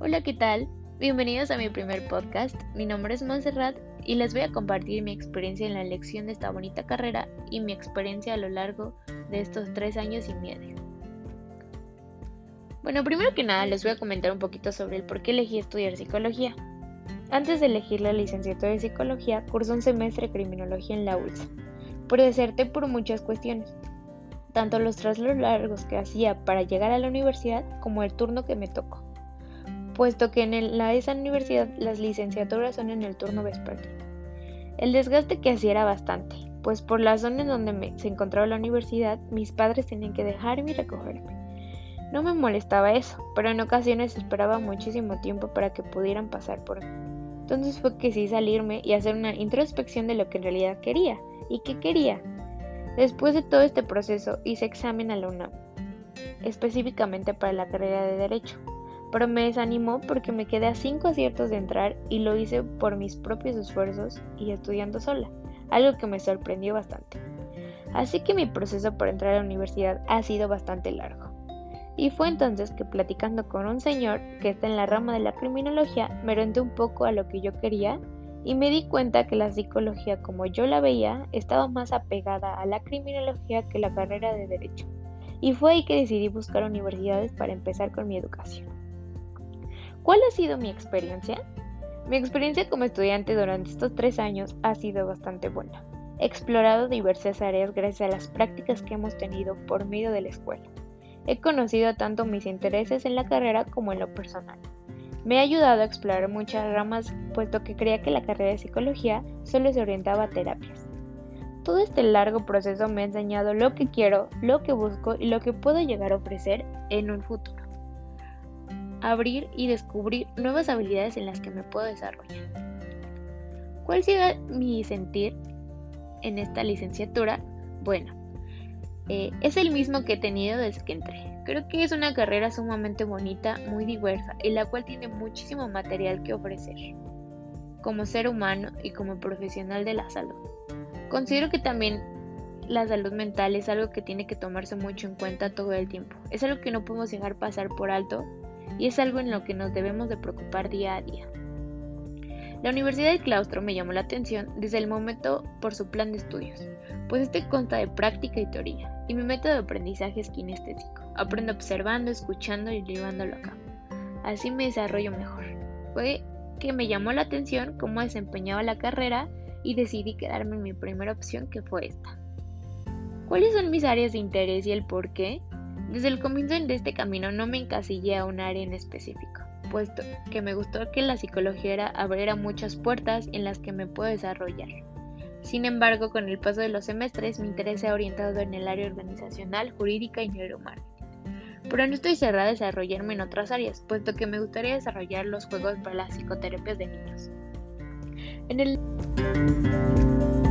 Hola, ¿qué tal? Bienvenidos a mi primer podcast. Mi nombre es Montserrat y les voy a compartir mi experiencia en la elección de esta bonita carrera y mi experiencia a lo largo de estos 3 años y medio. Bueno, primero que nada les voy a comentar un poquito sobre el por qué elegí estudiar psicología. Antes de elegir la licenciatura de psicología, cursé un semestre de criminología en la ULSA, pero deserté por muchas cuestiones, tanto los traslados largos que hacía para llegar a la universidad como el turno que me tocó, puesto que en esa universidad las licenciaturas son en el turno vespertino. El desgaste que hacía era bastante, pues por la zona en donde se encontraba la universidad, mis padres tenían que dejarme y recogerme. No me molestaba eso, pero en ocasiones esperaba muchísimo tiempo para que pudieran pasar por mí. Entonces fue que decidí salirme y hacer una introspección de lo que en realidad quería y qué quería. Después de todo este proceso hice examen a la UNAM, específicamente para la carrera de Derecho, pero me desanimó porque me quedé a 5 aciertos de entrar y lo hice por mis propios esfuerzos y estudiando sola, algo que me sorprendió bastante. Así que mi proceso para entrar a la universidad ha sido bastante largo. Y fue entonces que, platicando con un señor que está en la rama de la criminología, me orienté un poco a lo que yo quería y me di cuenta que la psicología, como yo la veía, estaba más apegada a la criminología que la carrera de Derecho. Y fue ahí que decidí buscar universidades para empezar con mi educación. ¿Cuál ha sido mi experiencia? Mi experiencia como estudiante durante estos 3 años ha sido bastante buena. He explorado diversas áreas gracias a las prácticas que hemos tenido por medio de la escuela. He conocido tanto mis intereses en la carrera como en lo personal. Me ha ayudado a explorar muchas ramas, puesto que creía que la carrera de psicología solo se orientaba a terapias. Todo este largo proceso me ha enseñado lo que quiero, lo que busco y lo que puedo llegar a ofrecer en un futuro. Abrir y descubrir nuevas habilidades en las que me puedo desarrollar. ¿Cuál será mi sentir en esta licenciatura? Bueno, es el mismo que he tenido desde que entré. Creo que es una carrera sumamente bonita, muy diversa, en la cual tiene muchísimo material que ofrecer, como ser humano y como profesional de la salud. Considero que también la salud mental es algo que tiene que tomarse mucho en cuenta todo el tiempo. Es algo que no podemos dejar pasar por alto y es algo en lo que nos debemos de preocupar día a día. La Universidad del Claustro me llamó la atención desde el momento por su plan de estudios, pues este consta de práctica y teoría, y mi método de aprendizaje es kinestésico. Aprendo observando, escuchando y llevándolo a cabo. Así me desarrollo mejor. Fue que me llamó la atención cómo desempeñaba la carrera y decidí quedarme en mi primera opción, que fue esta. ¿Cuáles son mis áreas de interés y el por qué? Desde el comienzo de este camino no me encasillé a un área en específico, puesto que me gustó que la psicología abriera muchas puertas en las que me puedo desarrollar. Sin embargo, con el paso de los semestres, mi interés se ha orientado en el área organizacional, jurídica y neuromarketing. Pero no estoy cerrada a desarrollarme en otras áreas, puesto que me gustaría desarrollar los juegos para las psicoterapias de niños.